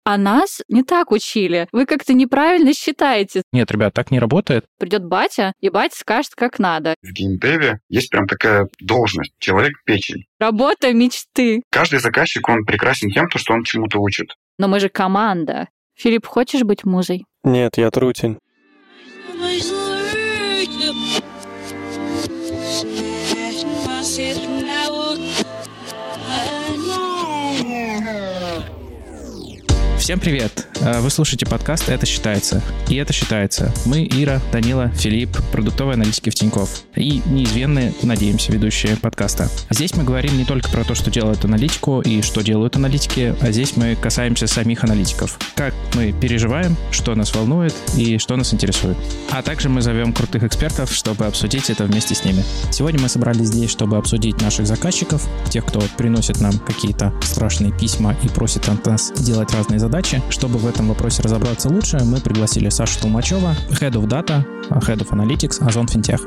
а нас не так учили. Вы как-то неправильно считаете. Нет, ребят, так не работает. Придет батя, и батя скажет, как надо. В геймдеве есть прям такая должность — человек-печень. Работа мечты. Каждый заказчик, он прекрасен тем, что он чему-то учит. Но мы же команда. Филипп, хочешь быть музой? Нет, я трутень. Всем привет! Вы слушаете подкаст «Это считается». И это считается. Мы, Ира, Данила, Филипп, продуктовые аналитики в Тинькофф. И неизменные, надеемся, ведущие подкаста. Здесь мы говорим не только про то, что делают аналитику и что делают аналитики, а здесь мы касаемся самих аналитиков. Как мы переживаем, что нас волнует и что нас интересует. А также мы зовем крутых экспертов, чтобы обсудить это вместе с ними. Сегодня мы собрались здесь, чтобы обсудить наших заказчиков, тех, кто приносит нам какие-то страшные письма и просит от нас делать разные задачи. Чтобы в этом вопросе разобраться лучше, мы пригласили Сашу Толмачева, Head of Data, Head of Analytics, Озон Финтех.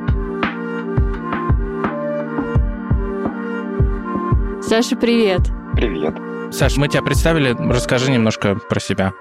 Саша, привет. Привет. Саш, мы тебя представили, расскажи немножко про себя.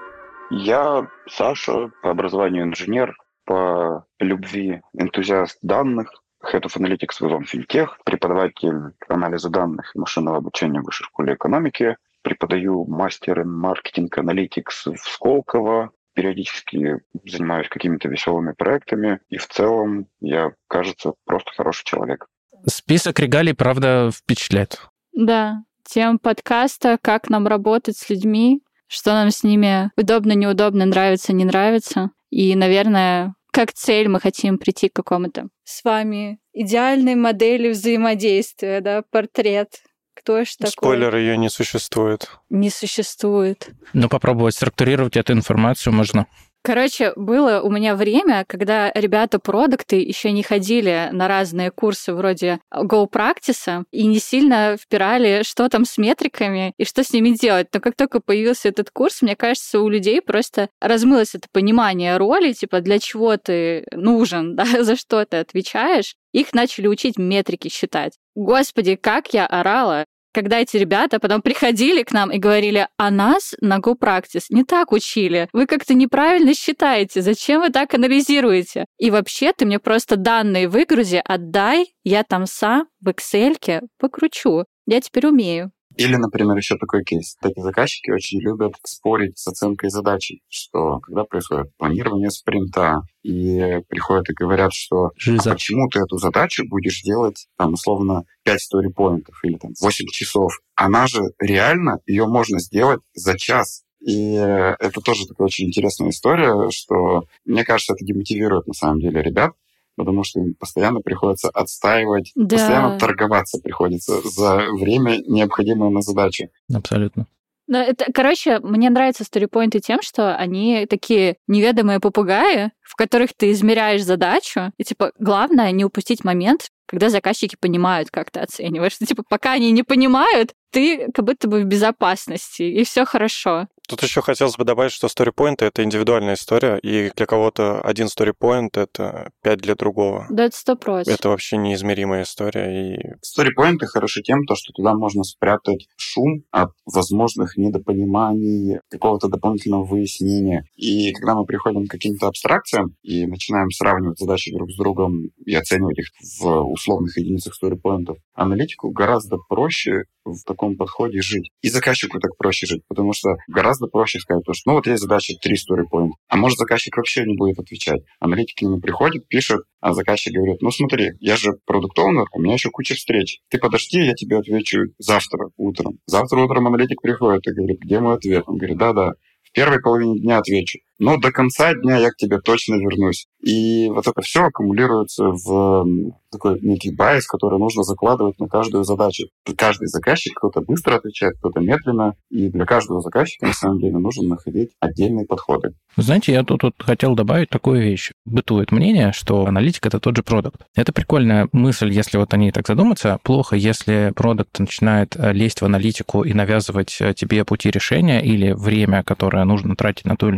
Я Саша, по образованию инженер, по любви энтузиаст данных, Head of Analytics в Озон Финтех, преподаватель анализа данных и машинного обучения в Высшей школе экономики. Преподаю мастер маркетинг аналитикс в Сколково. Периодически занимаюсь какими-то веселыми проектами. И в целом я, кажется, просто хороший человек. Список регалий, правда, впечатляет. Да, тема подкаста «Как нам работать с людьми», что нам с ними удобно, неудобно, нравится, не нравится. И, наверное, как цель мы хотим прийти к какому-то с вами идеальной модели взаимодействия, да, портрет. Кто ж такой? Спойлер, ее не существует. Не существует. Но попробовать структурировать эту информацию можно. Короче, было у меня время, когда ребята-продукты еще не ходили на разные курсы вроде Go-практиса и не сильно впирали, что там с метриками и что с ними делать. Но как только появился этот курс, мне кажется, у людей просто размылось это понимание роли, типа для чего ты нужен, да, за что ты отвечаешь. Их начали учить метрики считать. Господи, как я орала, когда эти ребята потом приходили к нам и говорили, а нас на Go-практис не так учили. Вы как-то неправильно считаете. Зачем вы так анализируете? И вообще ты мне просто данные выгрузи, отдай, я там сам в Excel-ке покручу. Я теперь умею. Или, например, еще такой кейс. Такие заказчики очень любят спорить с оценкой задачи, что когда происходит планирование спринта, и приходят и говорят, что а почему ты эту задачу будешь делать, там, условно, 5 сторипоинтов или там 8 часов? Она же реально, ее можно сделать за час. И это тоже такая очень интересная история, что, мне кажется, это демотивирует на самом деле ребят, потому что им постоянно приходится отстаивать, да. Постоянно торговаться приходится за время, необходимое на задачу. Абсолютно. Да, это, короче, мне нравятся сторипоинты тем, что они такие неведомые попугаи, в которых ты измеряешь задачу, и, типа, главное не упустить момент, когда заказчики понимают, как ты оцениваешь. Что, типа, пока они не понимают, ты как будто бы в безопасности, и все хорошо. Тут еще хотелось бы добавить, что сторипоинты — это индивидуальная история, и для кого-то один сторипоинт — это 5 для другого. Да, это 100%. Это вообще неизмеримая история. И Сторипоинты хороши тем, что туда можно спрятать шум от возможных недопониманий, какого-то дополнительного выяснения. И когда мы приходим к каким-то абстракциям и начинаем сравнивать задачи друг с другом и оценивать их в условных единицах сторипоинтов, аналитику гораздо проще в таком подходе жить. И заказчику так проще жить, потому что гораздо проще сказать, что ну вот есть задача 3 сторипоинта, а может заказчик вообще не будет отвечать. Аналитик к нему приходит, пишет, а заказчик говорит, ну смотри, я же продукт-оунер, у меня еще куча встреч. Ты подожди, я тебе отвечу завтра утром. Завтра утром аналитик приходит и говорит, где мой ответ? Он говорит, да-да, в первой половине дня отвечу. Но до конца дня я к тебе точно вернусь. И вот это все аккумулируется в такой некий байс, который нужно закладывать на каждую задачу. Каждый заказчик, кто-то быстро отвечает, кто-то медленно. И для каждого заказчика, на самом деле, нужно находить отдельные подходы. Вы знаете, я тут хотел добавить такую вещь. Бытует мнение, что аналитик — это тот же продукт. Это прикольная мысль, если вот о ней так задуматься. Плохо, если продукт начинает лезть в аналитику и навязывать тебе пути решения или время, которое нужно тратить на ту или иную задачу.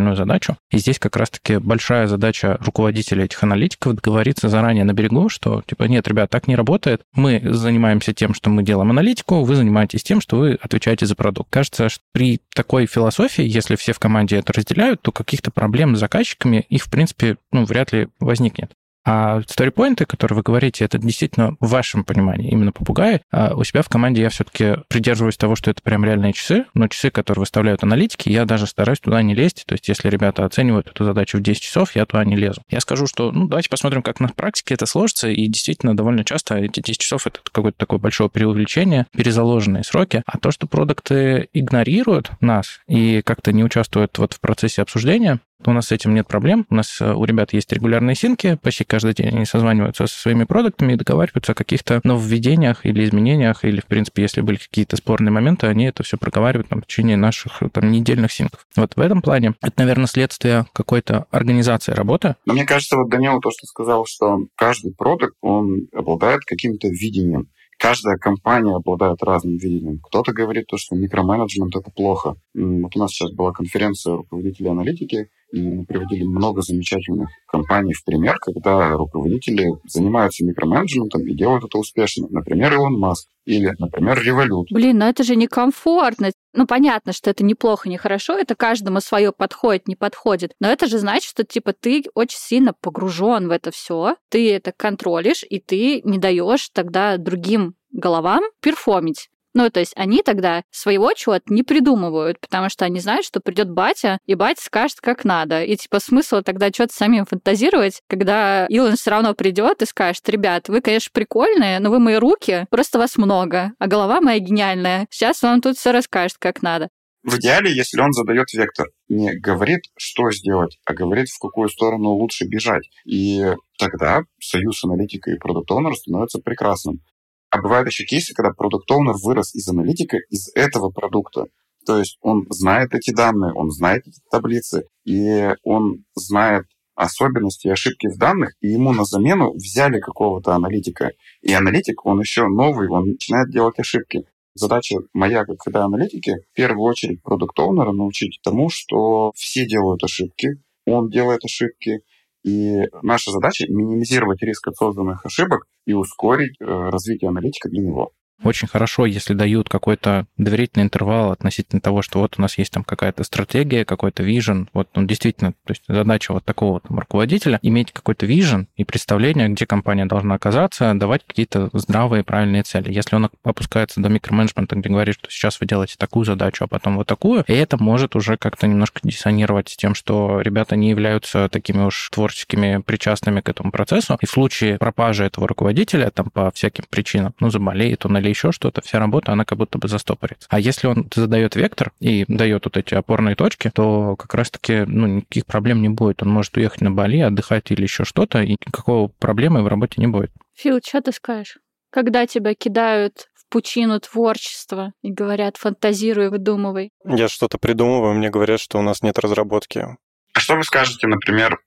задачу. И здесь как раз-таки большая задача руководителя этих аналитиков договориться заранее на берегу, что, нет, ребят, так не работает. Мы занимаемся тем, что мы делаем аналитику, вы занимаетесь тем, что вы отвечаете за продукт. Кажется, что при такой философии, если все в команде это разделяют, то каких-то проблем с заказчиками их, в принципе, вряд ли возникнет. А сторипоинты, которые вы говорите, это действительно в вашем понимании, именно попугаи. А у себя в команде я все-таки придерживаюсь того, что это прям реальные часы, но часы, которые выставляют аналитики, я даже стараюсь туда не лезть. То есть если ребята оценивают эту задачу в 10 часов, я туда не лезу. Я скажу, что давайте посмотрим, как на практике это сложится, и действительно довольно часто эти 10 часов это какое-то такое большое преувеличение, перезаложенные сроки. А то, что продукты игнорируют нас и как-то не участвуют в процессе обсуждения, у нас с этим нет проблем. У нас у ребят есть регулярные синки, почти каждый день они созваниваются со своими продуктами и договариваются о каких-то нововведениях или изменениях, или, в принципе, если были какие-то спорные моменты, они это все проговаривают в течение наших недельных синков. В этом плане это, наверное, следствие какой-то организации работы. Но мне кажется, Данила то, что сказал, что каждый продукт, он обладает каким-то видением. Каждая компания обладает разным видением. Кто-то говорит, что микроменеджмент — это плохо. У нас сейчас была конференция руководителей аналитики, и мы приводили много замечательных компаний в пример, когда руководители занимаются микроменеджментом и делают это успешно. Например, Илон Маск или, например, Revolut. Но это же некомфортно. Понятно, что это неплохо, не хорошо, это каждому свое подходит, не подходит. Но это же значит, что ты очень сильно погружен в это все, ты это контролишь, и ты не даешь тогда другим головам перформить. То есть они тогда своего чего-то не придумывают, потому что они знают, что придет батя, и батя скажет, как надо. И смысл тогда что-то самим фантазировать, когда Илон все равно придет и скажет: ребят, вы, конечно, прикольные, но вы мои руки, просто вас много, а голова моя гениальная. Сейчас вам тут все расскажет, как надо. В идеале, если он задает вектор, не говорит, что сделать, а говорит, в какую сторону лучше бежать. И тогда союз аналитика и продукт-оунера становится прекрасным. А бывают еще кейсы, когда продукт-оунер вырос из аналитика, из этого продукта. То есть он знает эти данные, он знает эти таблицы, и он знает особенности и ошибки в данных, и ему на замену взяли какого-то аналитика. И аналитик, он еще новый, он начинает делать ошибки. Задача моя, как когда аналитики, в первую очередь продукт-оунера научить тому, что все делают ошибки, он делает ошибки, и наша задача — минимизировать риск от созданных ошибок и ускорить развитие аналитика для него. Очень хорошо, если дают какой-то доверительный интервал относительно того, что у нас есть какая-то стратегия, какой-то вижен. Действительно, то есть задача такого руководителя — иметь какой-то вижен и представление, где компания должна оказаться, давать какие-то здравые, правильные цели. Если он опускается до микроменеджмента, где говорит, что сейчас вы делаете такую задачу, а потом такую, и это может уже как-то немножко диссонировать с тем, что ребята не являются такими уж творческими, причастными к этому процессу. И в случае пропажи этого руководителя, по всяким причинам, заболеет он или еще что-то, вся работа, она как будто бы застопорится. А если он задает вектор и дает эти опорные точки, то как раз-таки никаких проблем не будет. Он может уехать на Бали, отдыхать или еще что-то, и никакого проблемы в работе не будет. Фил, что ты скажешь? Когда тебя кидают в пучину творчества и говорят: фантазируй, выдумывай. Я что-то придумываю, мне говорят, что у нас нет разработки. А что вы скажете, например,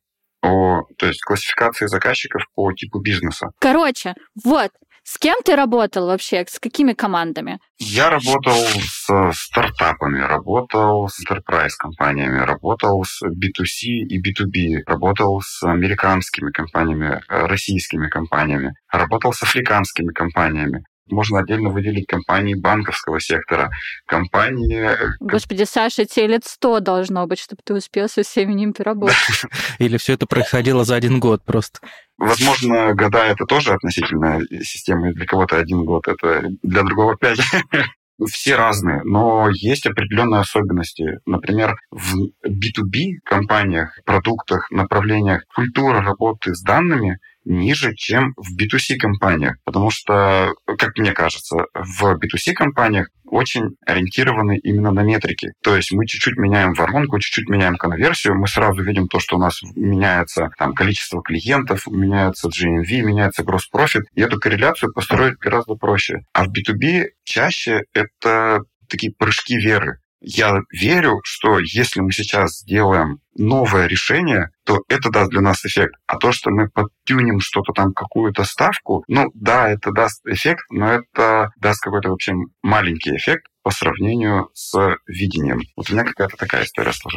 о классификации заказчиков по типу бизнеса? С кем ты работал вообще? С какими командами? Я работал с стартапами, работал с enterprise-компаниями, работал с B2C и B2B, работал с американскими компаниями, российскими компаниями, работал с африканскими компаниями. Можно отдельно выделить компании банковского сектора, компании... Господи, Саша, тебе лет 100 должно быть, чтобы ты успел со всеми ними поработать. Или все это происходило за 1 год просто? Возможно, года — это тоже относительная система. Для кого-то 1 год, это для другого 5. Все разные, но есть определенные особенности. Например, в B2B компаниях, продуктах, направлениях культура работы с данными ниже, чем в B2C компаниях. Потому что, как мне кажется, в B2C компаниях очень ориентированы именно на метрики. То есть мы чуть-чуть меняем воронку, чуть-чуть меняем конверсию, мы сразу видим то, что у нас меняется количество клиентов, меняется GMV, меняется gross profit, и эту корреляцию построить гораздо проще. А в B2B чаще это такие прыжки веры. Я верю, что если мы сейчас сделаем новое решение, то это даст для нас эффект. А то, что мы подтюнем что-то какую-то ставку, да, это даст эффект, но это даст какой-то вообще маленький эффект по сравнению с видением. У меня какая-то такая история сложилась.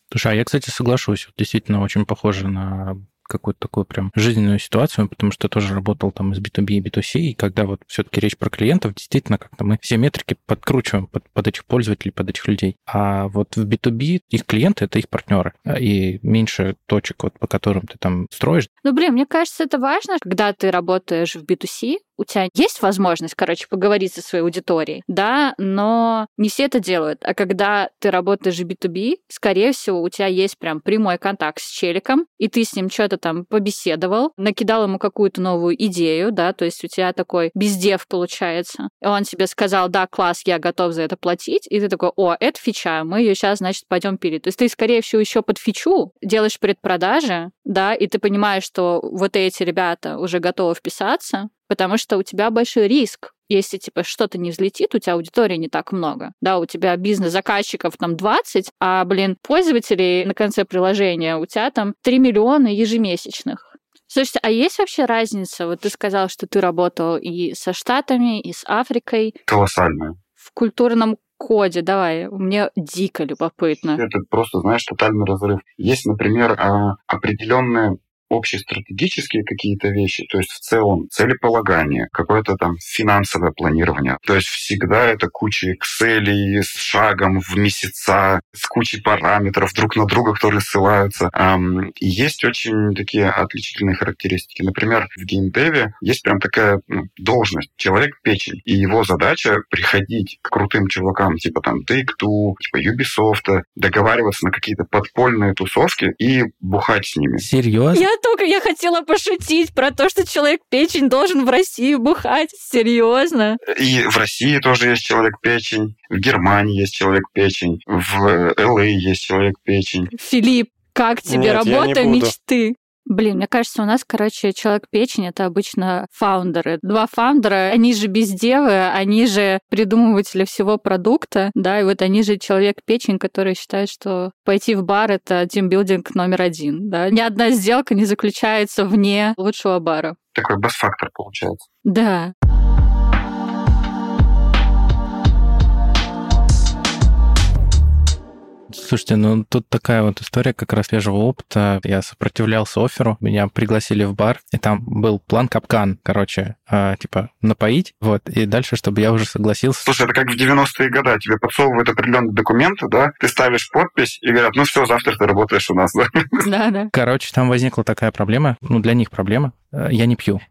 Слушай, а я, кстати, соглашусь. Действительно, очень похоже на какую-то такую прям жизненную ситуацию, потому что тоже работал там из B2B и B2C, и когда вот все-таки речь про клиентов, действительно, как-то мы все метрики подкручиваем под этих пользователей, под этих людей. А вот в B2B их клиенты — это их партнеры, и меньше точек, вот, по которым ты там строишь. Ну, блин, мне кажется, это важно, когда ты работаешь в B2C, у тебя есть возможность, поговорить со своей аудиторией, да, но не все это делают. А когда ты работаешь в B2B, скорее всего, у тебя есть прям прямой контакт с челиком, и ты с ним что-то там побеседовал, накидал ему какую-то новую идею, да, то есть у тебя такой бездев получается. И он тебе сказал: да, класс, я готов за это платить, и ты такой: о, это фича, мы ее сейчас, значит, пойдем пилить. То есть ты, скорее всего, еще под фичу делаешь предпродажи, да, и ты понимаешь, что вот эти ребята уже готовы вписаться, потому что у тебя большой риск. Если, что-то не взлетит, у тебя аудитории не так много. Да, у тебя бизнес-заказчиков там 20, а, пользователей на конце приложения у тебя там 3 миллиона ежемесячных. Слушайте, а есть вообще разница? Вот ты сказал, что ты работал и со Штатами, и с Африкой. Колоссальная. В культурном коде, давай, мне дико любопытно. Это просто, знаешь, тотальный разрыв. Есть, например, определенные общие стратегические какие-то вещи, то есть в целом целеполагание, какое-то там финансовое планирование. То есть всегда это куча Excel с шагом в месяца, с кучей параметров друг на друга, которые ссылаются. И есть очень такие отличительные характеристики. Например, в геймдеве есть прям такая должность — человек-печень. И его задача приходить к крутым чувакам, типа там Take-Two, типа Ubisoft, договариваться на какие-то подпольные тусовки и бухать с ними. Серьезно? Я хотела пошутить про то, что человек-печень должен в России бухать. Серьезно? И в России тоже есть человек-печень, в Германии есть человек-печень, в ЛА есть человек-печень. Филипп, как тебе работа мечты? Блин, мне кажется, у нас, человек-печень — это обычно фаундеры. 2 фаундера, они же бездевы, они же придумыватели всего продукта, да, и вот они же человек-печень, который считает, что пойти в бар — это тимбилдинг номер 1, да. Ни одна сделка не заключается вне лучшего бара. Такой бас-фактор получается. Да. Слушайте, тут такая вот история как раз свежего опыта. Я сопротивлялся офферу, меня пригласили в бар, и там был план-капкан, напоить, и дальше, чтобы я уже согласился. Слушай, это как в 90-е годы, тебе подсовывают определенные документы, да, ты ставишь подпись и говорят: все, завтра ты работаешь у нас, да? Да. Короче, там возникла такая проблема, для них проблема. Я не пью.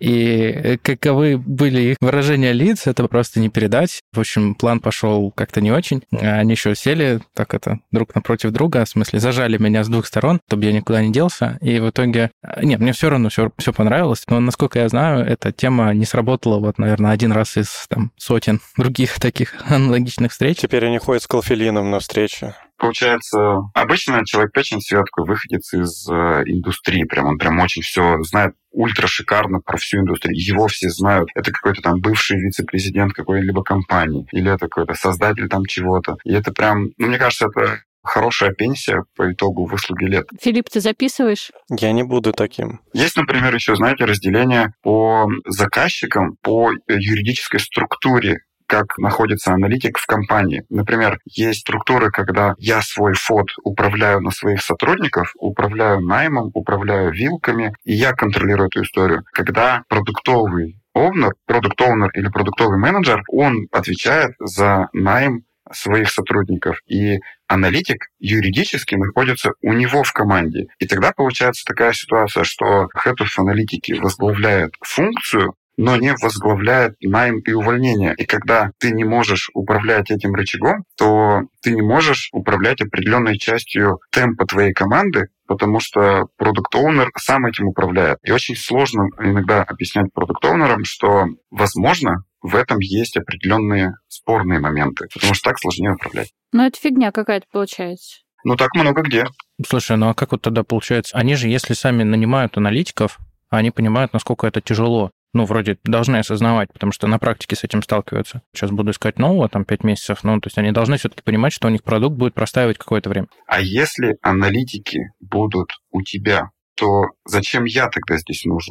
И каковы были их выражения лиц, это просто не передать. В общем, план пошел как-то не очень. Они еще сели друг напротив друга, в смысле, зажали меня с 2 сторон, чтобы я никуда не делся. И в итоге... Нет, мне все равно все понравилось, но, насколько я знаю, эта тема не сработала, наверное, 1 раз из сотен других таких аналогичных встреч. Теперь они ходят с колфелином на встречи. Получается, обычно человек-печень всегда такой выходец из индустрии. Он прям очень все знает ультра шикарно про всю индустрию. Его все знают. Это какой-то там бывший вице-президент какой-либо компании. Или это какой-то создатель там чего-то. И это прям, мне кажется, это хорошая пенсия по итогу выслуги лет. Филипп, ты записываешь? Я не буду таким. Есть, например, еще, разделение по заказчикам, по юридической структуре, как находится аналитик в компании. Например, есть структуры, когда я свой фот управляю на своих сотрудников, управляю наймом, управляю вилками, и я контролирую эту историю. Когда продуктовый продукт-оунер или продуктовый менеджер, он отвечает за найм своих сотрудников. И аналитик юридически находится у него в команде. И тогда получается такая ситуация, что head of аналитики возглавляет функцию, но не возглавляет найм и увольнение. И когда ты не можешь управлять этим рычагом, то ты не можешь управлять определенной частью темпа твоей команды, потому что продукт-оунер сам этим управляет. И очень сложно иногда объяснять продукт-оунерам, что, возможно, в этом есть определенные спорные моменты, потому что так сложнее управлять. Это фигня какая-то получается. Так много где. Слушай, а как тогда получается? Они же, если сами нанимают аналитиков, они понимают, насколько это тяжело. Вроде должны осознавать, потому что на практике с этим сталкиваются. Сейчас буду искать нового, 5 месяцев. То есть они должны все-таки понимать, что у них продукт будет простаивать какое-то время. А если аналитики будут у тебя, то зачем я тогда здесь нужен?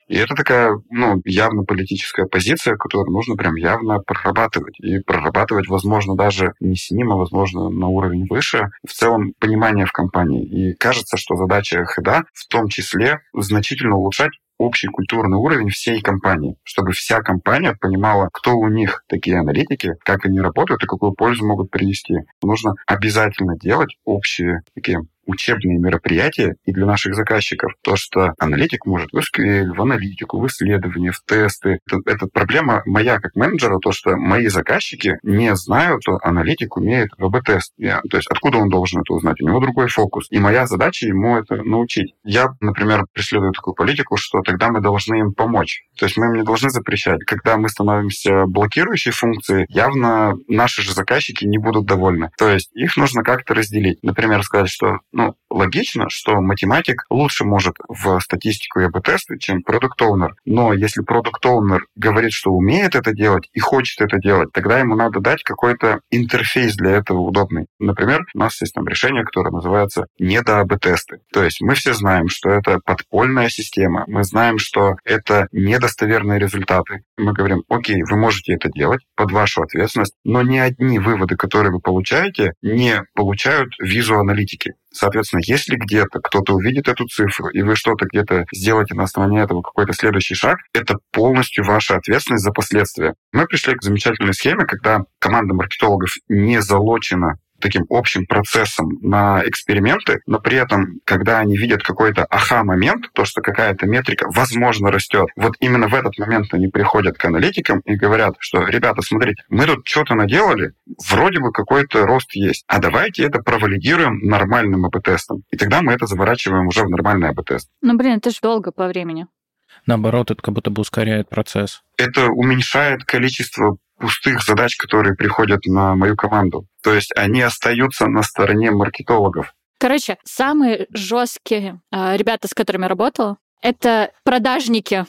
И это такая, явно политическая позиция, которую нужно прям явно прорабатывать. И прорабатывать, возможно, даже не с ним, а, возможно, на уровень выше. В целом, понимание в компании. И кажется, что задача хеда в том числе значительно улучшать общий культурный уровень всей компании, чтобы вся компания понимала, кто у них такие аналитики, как они работают и какую пользу могут принести. Нужно обязательно делать общие такие учебные мероприятия и для наших заказчиков. То, что аналитик может в SQL, в аналитику, в исследования, в тесты. Это проблема моя как менеджера, то, что мои заказчики не знают, что аналитик умеет в АБ-тест. То есть откуда он должен это узнать? У него другой фокус. И моя задача ему это научить. Я, например, преследую такую политику, что тогда мы должны им помочь. То есть мы им не должны запрещать. Когда мы становимся блокирующей функцией, явно наши же заказчики не будут довольны. То есть их нужно как-то разделить. Например, сказать, что логично, что математик лучше может в статистику и АБ-тесты, чем продукт-оунер. Но если продукт-оунер говорит, что умеет это делать и хочет это делать, тогда ему надо дать какой-то интерфейс для этого удобный. Например, у нас есть там решение, которое называется недо-АБ-тесты. То есть мы все знаем, что это подпольная система. Мы знаем, что это недостоверные результаты. Мы говорим, окей, вы можете это делать под вашу ответственность, но ни одни выводы, которые вы получаете, не получают визу аналитики. Соответственно, если где-то кто-то увидит эту цифру, и вы что-то где-то сделаете на основании этого какой-то следующий шаг, это полностью ваша ответственность за последствия. Мы пришли к замечательной схеме, когда команда маркетологов не залочена таким общим процессом на эксперименты, но при этом, когда они видят какой-то аха-момент, то, что какая-то метрика, возможно, растет, вот именно в этот момент они приходят к аналитикам и говорят, что, ребята, смотрите, мы тут что-то наделали, вроде бы какой-то рост есть, а давайте это провалидируем нормальным АБ-тестом. И тогда мы это заворачиваем уже в нормальный АБ-тест. Это же долго по времени. Наоборот, это как будто бы ускоряет процесс. Это уменьшает количество пустых задач, которые приходят на мою команду. То есть они остаются на стороне маркетологов. Короче, самые жесткие ребята, с которыми я работала, это продажники,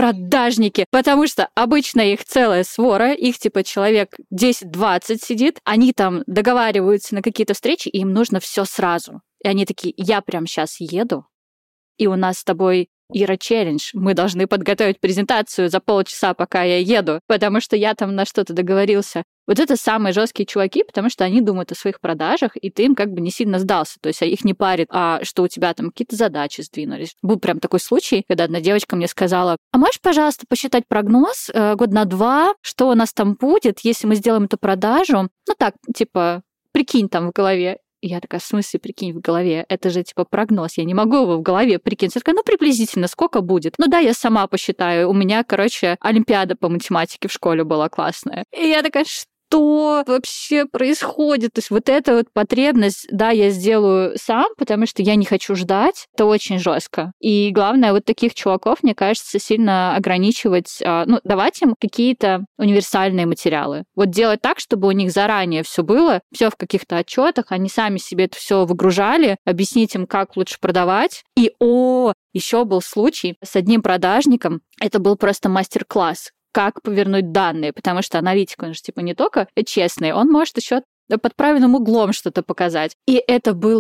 потому что обычно их целая свора, их типа человек 10-20 сидит, они там договариваются на какие-то встречи, и им нужно все сразу. И они такие, я прям сейчас еду, и у нас с тобой Ира, челлендж. Мы должны подготовить презентацию за полчаса, пока я еду, потому что я там на что-то договорился. Вот это самые жесткие чуваки, потому что они думают о своих продажах, и ты им как бы не сильно сдался. То есть их не парит, что у тебя там какие-то задачи сдвинулись. Был прям такой случай, когда одна девочка мне сказала, а можешь, пожалуйста, посчитать прогноз год на 2, что у нас там будет, если мы сделаем эту продажу? Прикинь там в голове. И я такая, в смысле, прикинь, в голове? Это же, прогноз. Я не могу его в голове прикинуть. Я такая, приблизительно, сколько будет? Я сама посчитаю. У меня, олимпиада по математике в школе была классная. И я такая, что вообще происходит? То есть вот эта вот потребность, да, я сделаю сам, потому что я не хочу ждать. Это очень жестко. И главное, вот таких чуваков, мне кажется, сильно ограничивать, давать им какие-то универсальные материалы. Вот делать так, чтобы у них заранее все было, все в каких-то отчетах, они сами себе это все выгружали, объяснить им, как лучше продавать. И еще был случай с одним продажником, это был просто мастер-класс, как повернуть данные, потому что аналитик, он же не только честный, он может еще под правильным углом что-то показать. И это было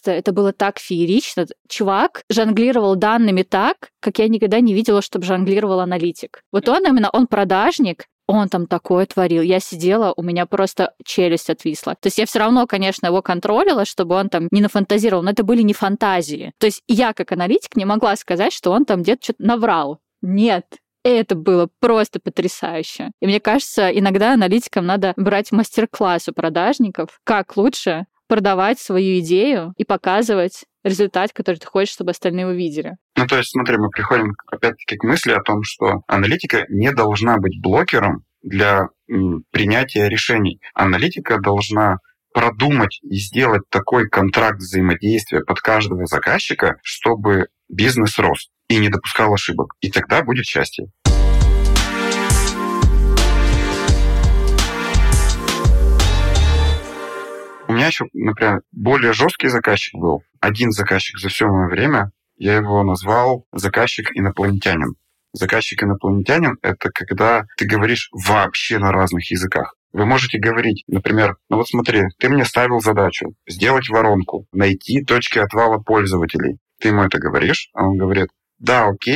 так феерично. Чувак жонглировал данными так, как я никогда не видела, чтобы жонглировал аналитик. Вот он продажник, он там такое творил. Я сидела, у меня просто челюсть отвисла. То есть я все равно, конечно, его контролила, чтобы он там не нафантазировал, но это были не фантазии. То есть я, как аналитик, не могла сказать, что он там где-то что-то наврал. Нет. Это было просто потрясающе. И мне кажется, иногда аналитикам надо брать мастер-класс у продажников, как лучше продавать свою идею и показывать результат, который ты хочешь, чтобы остальные увидели. То есть, смотри, мы приходим опять-таки к мысли о том, что аналитика не должна быть блокером для принятия решений. Аналитика должна продумать и сделать такой контракт взаимодействия под каждого заказчика, чтобы бизнес рос и не допускал ошибок. И тогда будет счастье. У меня еще, например, более жесткий заказчик был. Один заказчик за все мое время. Я его назвал заказчик-инопланетянин. Заказчик-инопланетянин — это когда ты говоришь вообще на разных языках. Вы можете говорить, например, смотри, ты мне ставил задачу сделать воронку, найти точки отвала пользователей. Ты ему это говоришь, а он говорит, да, окей,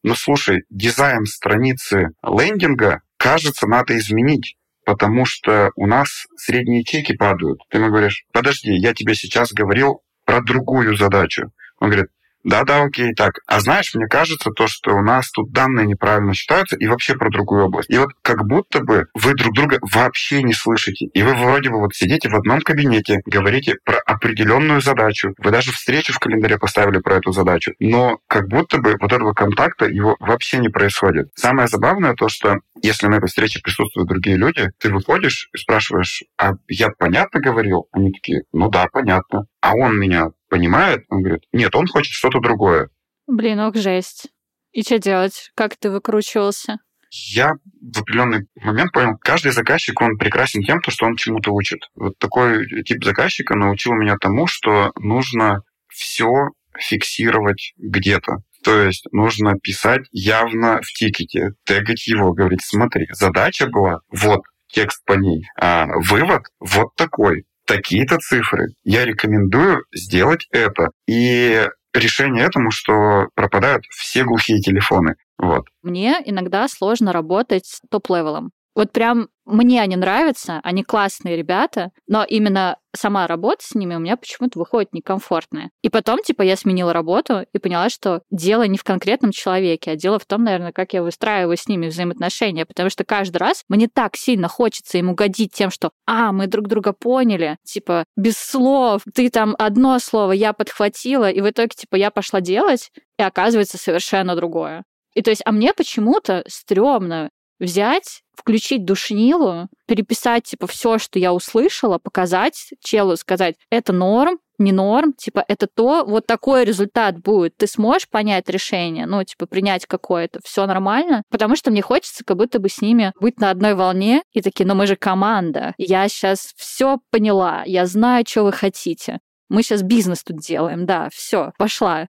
ну слушай, дизайн страницы лендинга, кажется, надо изменить, потому что у нас средние чеки падают. Ты ему говоришь, подожди, я тебе сейчас говорил про другую задачу. Он говорит, да, окей, так. А знаешь, мне кажется, то, что у нас тут данные неправильно считаются и вообще про другую область. И вот как будто бы вы друг друга вообще не слышите. И вы вроде бы вот сидите в одном кабинете, говорите про определенную задачу. Вы даже встречу в календаре поставили про эту задачу. Но как будто бы вот этого контакта его вообще не происходит. Самое забавное то, что если на этой встрече присутствуют другие люди, ты выходишь и спрашиваешь, а я понятно говорил? Они такие, ну да, понятно. А он меня понимает? Он говорит, нет, он хочет что-то другое. Блин, ох, жесть. И что делать? Как ты выкручивался? Я в определенный момент понял, каждый заказчик, он прекрасен тем, что он чему-то учит. Вот такой тип заказчика научил меня тому, что нужно все фиксировать где-то. То есть нужно писать явно в тикете, тегать его, говорить, смотри, задача была, вот текст по ней, а вывод вот такой. Такие-то цифры. Я рекомендую сделать это. И решение этому, что пропадают все глухие телефоны. Вот. Мне иногда сложно работать с топ-левелом. Вот прям мне они нравятся, они классные ребята, но именно сама работа с ними у меня почему-то выходит некомфортная. И потом, я сменила работу и поняла, что дело не в конкретном человеке, а дело в том, наверное, как я выстраиваю с ними взаимоотношения, потому что каждый раз мне так сильно хочется им угодить тем, что мы друг друга поняли, без слов, ты там одно слово, я подхватила, и в итоге, я пошла делать, и оказывается совершенно другое. И то есть, а мне почему-то стрёмно взять, включить душнилу, переписать, все, что я услышала, показать челу, сказать, это норм, не норм, это то, вот такой результат будет. Ты сможешь понять решение, принять какое-то, все нормально? Потому что мне хочется как будто бы с ними быть на одной волне и такие, мы же команда, я сейчас все поняла, я знаю, что вы хотите. Мы сейчас бизнес тут делаем, да, все, пошла.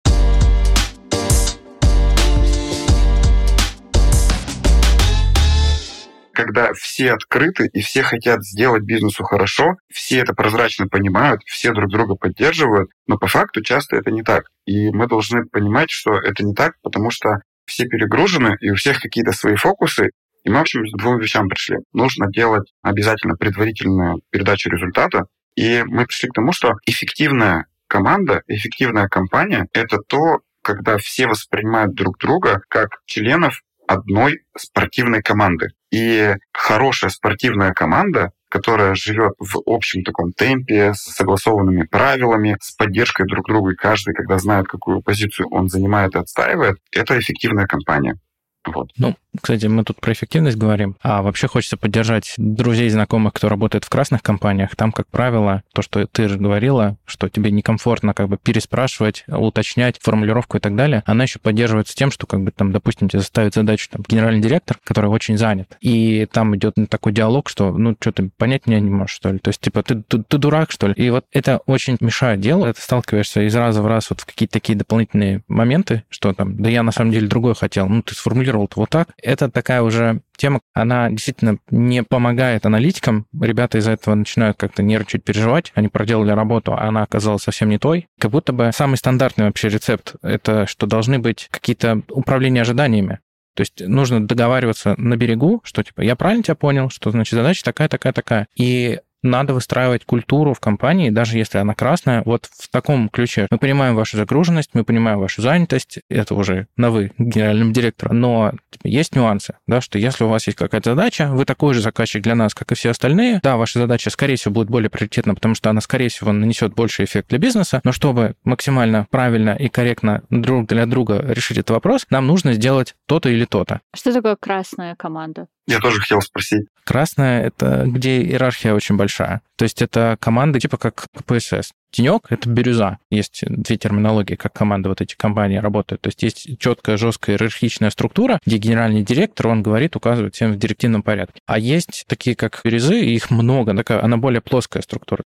Когда все открыты и все хотят сделать бизнесу хорошо, все это прозрачно понимают, все друг друга поддерживают, но по факту часто это не так. И мы должны понимать, что это не так, потому что все перегружены, и у всех какие-то свои фокусы, и мы, в общем, к двум вещам пришли. Нужно делать обязательно предварительную передачу результата, и мы пришли к тому, что эффективная команда, эффективная компания — это то, когда все воспринимают друг друга как членов одной спортивной команды. И хорошая спортивная команда, которая живет в общем таком темпе, с согласованными правилами, с поддержкой друг друга, и каждый, когда знает, какую позицию он занимает и отстаивает, это эффективная компания. Вот. Кстати, мы тут про эффективность говорим, а вообще хочется поддержать друзей и знакомых, кто работает в красных компаниях. Там, как правило, то, что ты же говорила, что тебе некомфортно переспрашивать, уточнять формулировку и так далее, она еще поддерживается тем, что, допустим, тебе ставит задачу генеральный директор, который очень занят, и там идет такой диалог, что, что ты понять меня не можешь, что ли? То есть, ты дурак, что ли? И вот это очень мешает делу, ты сталкиваешься из раза в раз в какие-то такие дополнительные моменты, что да я на самом деле другое хотел, ты сформулировал-то вот так. Это такая уже тема, она действительно не помогает аналитикам. Ребята из-за этого начинают как-то нервничать, переживать. Они проделали работу, а она оказалась совсем не той. Как будто бы самый стандартный вообще рецепт — это что должны быть какие-то управления ожиданиями. То есть нужно договариваться на берегу, что я правильно тебя понял, что значит задача такая. И надо выстраивать культуру в компании, даже если она красная, вот в таком ключе. Мы понимаем вашу загруженность, мы понимаем вашу занятость, это уже на «вы» генеральному директору, но есть нюансы, да, что если у вас есть какая-то задача, вы такой же заказчик для нас, как и все остальные, да, ваша задача, скорее всего, будет более приоритетна, потому что она, скорее всего, нанесет больший эффект для бизнеса, но чтобы максимально правильно и корректно друг для друга решить этот вопрос, нам нужно сделать то-то или то-то. Что такое красная команда? Я тоже хотел спросить. Красная — это где иерархия очень большая. То есть это команды как КПСС. Тенек — это бирюза. Есть две терминологии, как команды вот эти компании работают. То есть есть четкая, жесткая иерархичная структура, где генеральный директор, он говорит, указывает всем в директивном порядке. А есть такие, как бирюзы, их много, такая, она более плоская структура.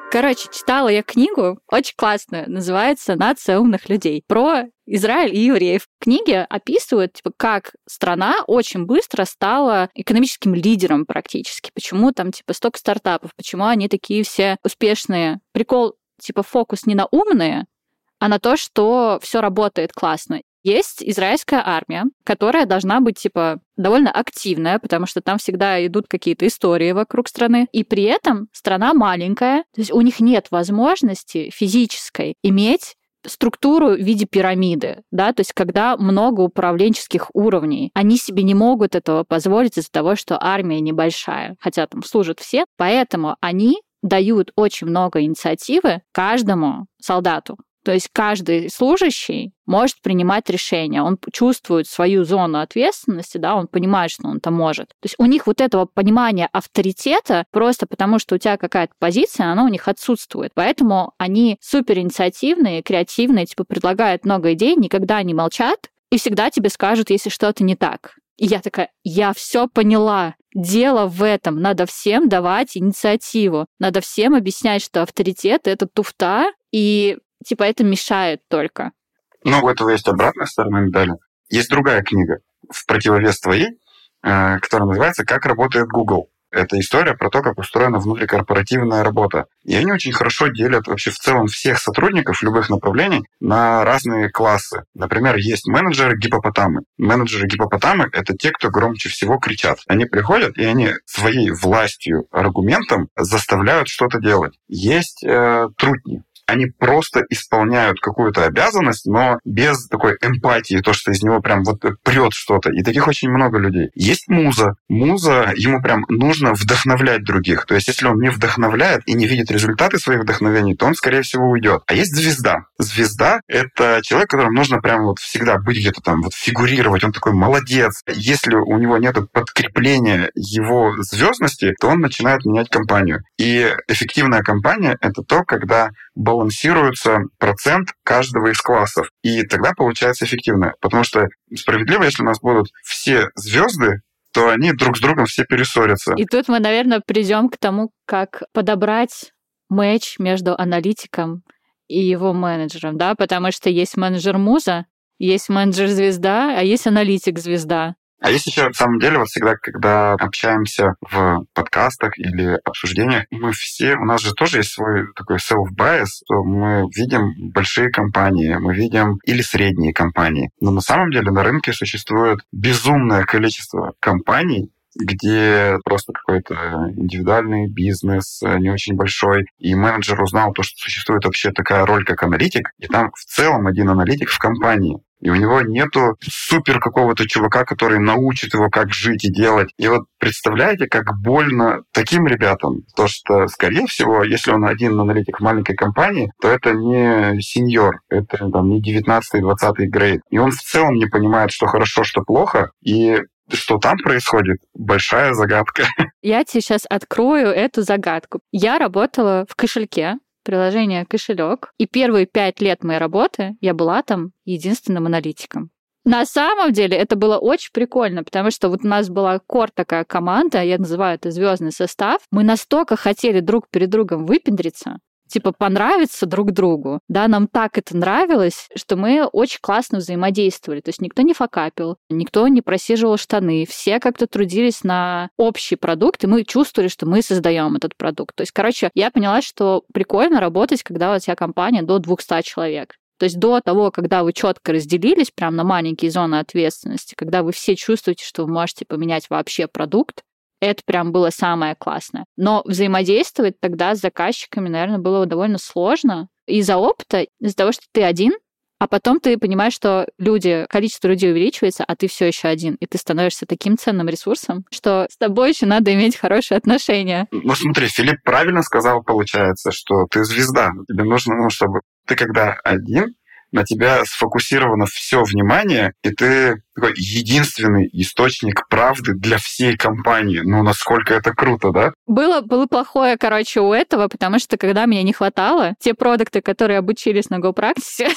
Короче, читала я книгу, очень классная, называется «Нация умных людей», про Израиль и евреев. В книге описывают, типа, как страна очень быстро стала экономическим лидером практически. Почему там, типа, столько стартапов, почему они такие все успешные. Прикол, типа, фокус не на умные, а на то, что все работает классно. Есть израильская армия, которая должна быть, типа, довольно активная, потому что там всегда идут какие-то истории вокруг страны. И при этом страна маленькая, то есть у них нет возможности физической иметь структуру в виде пирамиды, да, то есть когда много управленческих уровней. Они себе не могут этого позволить из-за того, что армия небольшая, хотя там служат все. Поэтому они дают очень много инициативы каждому солдату. То есть каждый служащий может принимать решения, он чувствует свою зону ответственности, да, он понимает, что он там может. То есть у них вот этого понимания авторитета просто потому, что у тебя какая-то позиция, она у них отсутствует. Поэтому они суперинициативные, креативные, типа предлагают много идей, никогда не молчат и всегда тебе скажут, если что-то не так. И я такая, я все поняла. Дело в этом. Надо всем давать инициативу. Надо всем объяснять, что авторитет — это туфта, и типа это мешает только. Ну, у этого есть обратная сторона медали. Есть другая книга в противовес твоей, которая называется «Как работает Google». Это история про то, как устроена внутрикорпоративная работа. И они очень хорошо делят вообще в целом всех сотрудников любых направлений на разные классы. Например, есть менеджеры-гипопотамы. Менеджеры-гипопотамы — это те, кто громче всего кричат. Они приходят, и они своей властью, аргументом заставляют что-то делать. Есть трутни. Они просто исполняют какую-то обязанность, но без такой эмпатии, то, что из него прям вот прет что-то. И таких очень много людей. Есть муза. Муза, ему прям нужно вдохновлять других. То есть если он не вдохновляет и не видит результаты своих вдохновений, то он, скорее всего, уйдет. А есть звезда. Звезда — это человек, которому нужно прям вот всегда быть где-то там, вот фигурировать. Он такой молодец. Если у него нет подкрепления его звездности, то он начинает менять компанию. И эффективная компания — это то, когда балансируется процент каждого из классов. И тогда получается эффективно. Потому что справедливо, если у нас будут все звезды, то они друг с другом все перессорятся. И тут мы, наверное, придем к тому, как подобрать матч между аналитиком и его менеджером, да, потому что есть менеджер-муза, есть менеджер-звезда, а есть аналитик-звезда. А есть еще, на самом деле, вот всегда, когда общаемся в подкастах или обсуждениях, мы все, у нас же тоже есть свой такой self-bias, что мы видим большие компании, мы видим или средние компании. Но на самом деле на рынке существует безумное количество компаний, где просто какой-то индивидуальный бизнес, не очень большой, и менеджер узнал то, что существует вообще такая роль, как аналитик, и там в целом один аналитик в компании. И у него нету супер какого-то чувака, который научит его, как жить и делать. И вот представляете, как больно таким ребятам, то что, скорее всего, если он один аналитик в маленькой компании, то это не сеньор, это там, не 19-20 грейд. И он в целом не понимает, что хорошо, что плохо, и что там происходит, большая загадка. Я тебе сейчас открою эту загадку. Я работала в кошельке, приложение «Кошелек», и первые 5 лет моей работы я была там единственным аналитиком. На самом деле это было очень прикольно, потому что вот у нас была такая команда, я называю это звездный состав. Мы настолько хотели друг перед другом выпендриться, типа понравиться друг другу. Да, нам так это нравилось, что мы очень классно взаимодействовали. То есть никто не факапил, никто не просиживал штаны. Все как-то трудились на общий продукт, и мы чувствовали, что мы создаем этот продукт. То есть, короче, я поняла, что прикольно работать, когда у тебя компания до 200 человек. То есть до того, когда вы четко разделились прям на маленькие зоны ответственности, когда вы все чувствуете, что вы можете поменять вообще продукт, это прям было самое классное. Но взаимодействовать тогда с заказчиками, наверное, было довольно сложно. Из-за опыта, из-за того, что ты один, а потом ты понимаешь, что количество людей увеличивается, а ты все еще один. И ты становишься таким ценным ресурсом, что с тобой еще надо иметь хорошие отношения. Ну смотри, Филипп правильно сказал, получается, что ты звезда. Тебе нужно, чтобы ты когда один, на тебя сфокусировано все внимание, и ты такой единственный источник правды для всей компании. Ну, насколько это круто, да? Было плохое, у этого, потому что, когда меня не хватало, те продукты, которые обучились на GoPractice,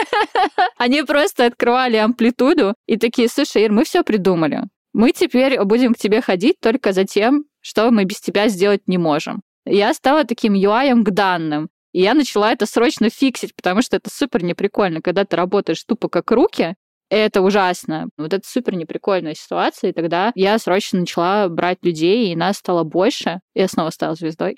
они просто открывали амплитуду и такие: слушай, Ир, мы все придумали. Мы теперь будем к тебе ходить только за тем, что мы без тебя сделать не можем. Я стала таким UI к данным. И я начала это срочно фиксить, потому что это супер неприкольно, когда ты работаешь тупо как руки, это ужасно. Вот это супер неприкольная ситуация, и тогда я срочно начала брать людей, и нас стало больше. Я снова стала звездой.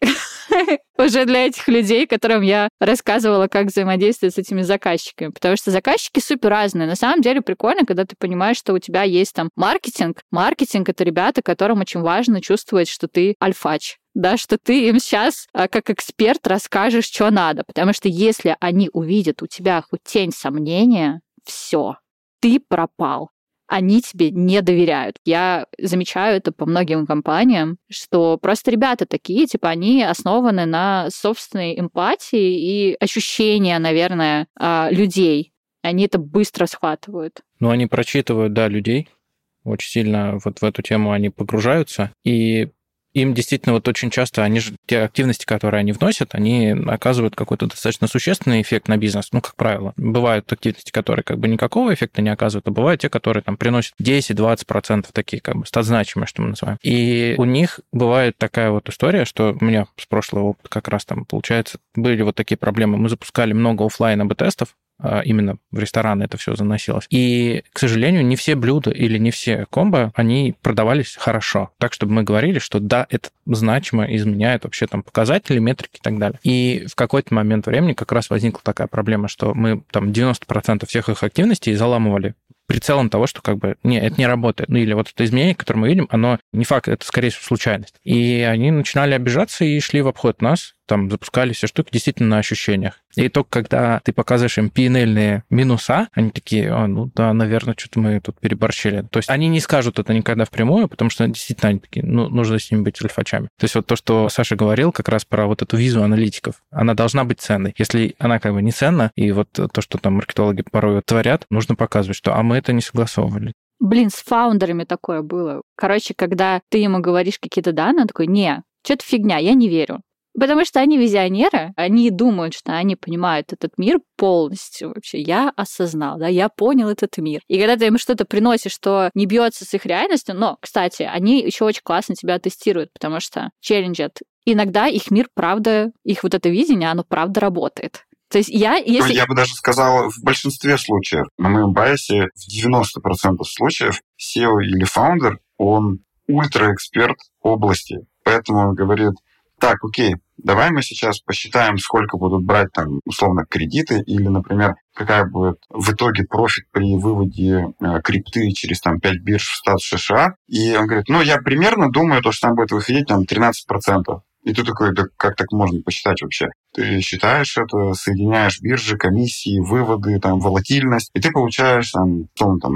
Уже для этих людей, которым я рассказывала, как взаимодействовать с этими заказчиками. Потому что заказчики супер разные. На самом деле прикольно, когда ты понимаешь, что у тебя есть там маркетинг. Маркетинг — это ребята, которым очень важно чувствовать, что ты альфач. Да, что ты им сейчас как эксперт расскажешь, что надо. Потому что если они увидят у тебя хоть тень сомнения, все, ты пропал. Они тебе не доверяют. Я замечаю это по многим компаниям, что просто ребята такие, типа, они основаны на собственной эмпатии и ощущения, наверное, людей. Они это быстро схватывают. Ну, они прочитывают, да, людей. Очень сильно вот в эту тему они погружаются. И им действительно вот очень часто, они же, те активности, которые они вносят, они оказывают какой-то достаточно существенный эффект на бизнес, ну, как правило. Бывают активности, которые как бы никакого эффекта не оказывают, а бывают те, которые там приносят 10-20%, такие как бы стат-значимые, что мы называем. И у них бывает такая вот история, что у меня с прошлого опыта как раз там, получается, были вот такие проблемы. Мы запускали много офлайн АБ-тестов, именно в рестораны это все заносилось. И, к сожалению, не все блюда или не все комбо, они продавались хорошо. Так, чтобы мы говорили, что да, это значимо изменяет вообще там показатели, метрики и так далее. И в какой-то момент времени как раз возникла такая проблема, что мы там 90% всех их активностей заламывали прицелом того, что как бы, не, это не работает. Ну, или вот это изменение, которое мы видим, оно не факт, это, скорее всего, случайность. И они начинали обижаться и шли в обход нас, там запускали все штуки действительно на ощущениях. И только когда ты показываешь им P&L-ные минуса, они такие, ну да, наверное, что-то мы тут переборщили. То есть они не скажут это никогда впрямую, потому что действительно они такие, ну, нужно с ними быть альфачами. То есть вот то, что Саша говорил как раз про вот эту визу аналитиков, она должна быть ценной. Если она как бы не ценна, и вот то, что там маркетологи порой творят, нужно показывать, что мы это не согласовывали. Блин, с фаундерами такое было. Короче, когда ты ему говоришь какие-то данные, он такой, не, что-то фигня, я не верю. Потому что они визионеры, они думают, что они понимают этот мир полностью. Вообще, я осознал, да, я понял этот мир. И когда ты им что-то приносишь, что не бьется с их реальностью, но, кстати, они еще очень классно тебя тестируют, потому что челленджат. Иногда их мир, правда, их вот это видение, оно правда работает. То есть я бы даже сказал, в большинстве случаев, на моем байсе, в 90% случаев SEO или фаундер, он ультраэксперт области. Поэтому он говорит, так, окей, давай мы сейчас посчитаем, сколько будут брать там, условно, кредиты, или, например, какая будет в итоге профит при выводе крипты через там 5 бирж в статус США. И он говорит, я примерно думаю, что там будет выходить там 13%. И ты такой, да как так можно посчитать вообще? Ты считаешь это, соединяешь биржи, комиссии, выводы, там, волатильность, и ты получаешь там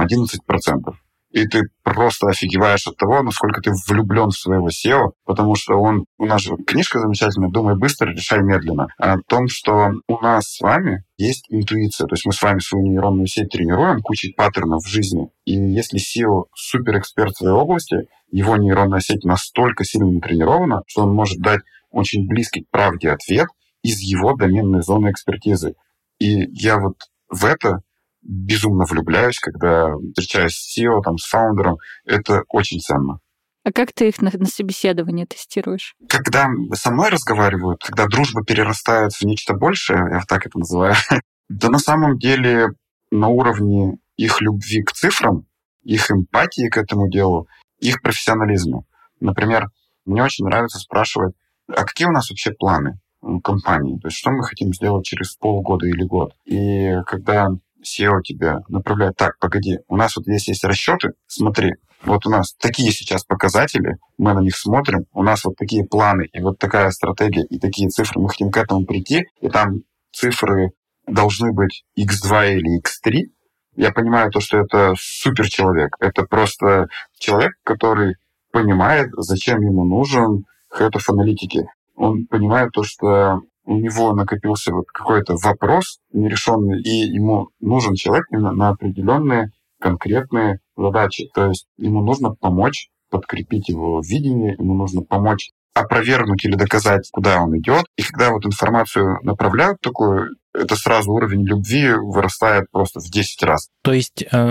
11%. И ты просто офигеваешь от того, насколько ты влюблен в своего SEO, потому что у нас же книжка замечательная «Думай быстро, решай медленно», о том, что у нас с вами есть интуиция. То есть мы с вами свою нейронную сеть тренируем, кучей паттернов в жизни. И если SEO суперэксперт в своей области, его нейронная сеть настолько сильно натренирована, что он может дать очень близкий к правде ответ из его доменной зоны экспертизы. И я вот в это безумно влюбляюсь, когда встречаюсь с SEO, с фаундером. Это очень ценно. А как ты их на собеседовании тестируешь? Когда со мной разговаривают, когда дружба перерастает в нечто большее, я вот так это называю, да на самом деле на уровне их любви к цифрам, их эмпатии к этому делу, их профессионализма. Например, мне очень нравится спрашивать, а какие у нас вообще планы компании? То есть что мы хотим сделать через полгода или год? И когда SEO тебя направляет, так, погоди, у нас вот здесь есть расчеты, смотри, вот у нас такие сейчас показатели, мы на них смотрим, у нас вот такие планы, и вот такая стратегия, и такие цифры, мы хотим к этому прийти, и там цифры должны быть x2 или x3. Я понимаю то, что это суперчеловек, это просто человек, который понимает, зачем ему нужен head of аналитики. Он понимает то, что у него накопился вот какой-то вопрос нерешенный, и ему нужен человек именно на определенные конкретные задачи. То есть ему нужно помочь подкрепить его видение, ему нужно помочь опровергнуть или доказать, куда он идет. И когда вот информацию направляют такую, это сразу уровень любви вырастает просто в 10 раз. То есть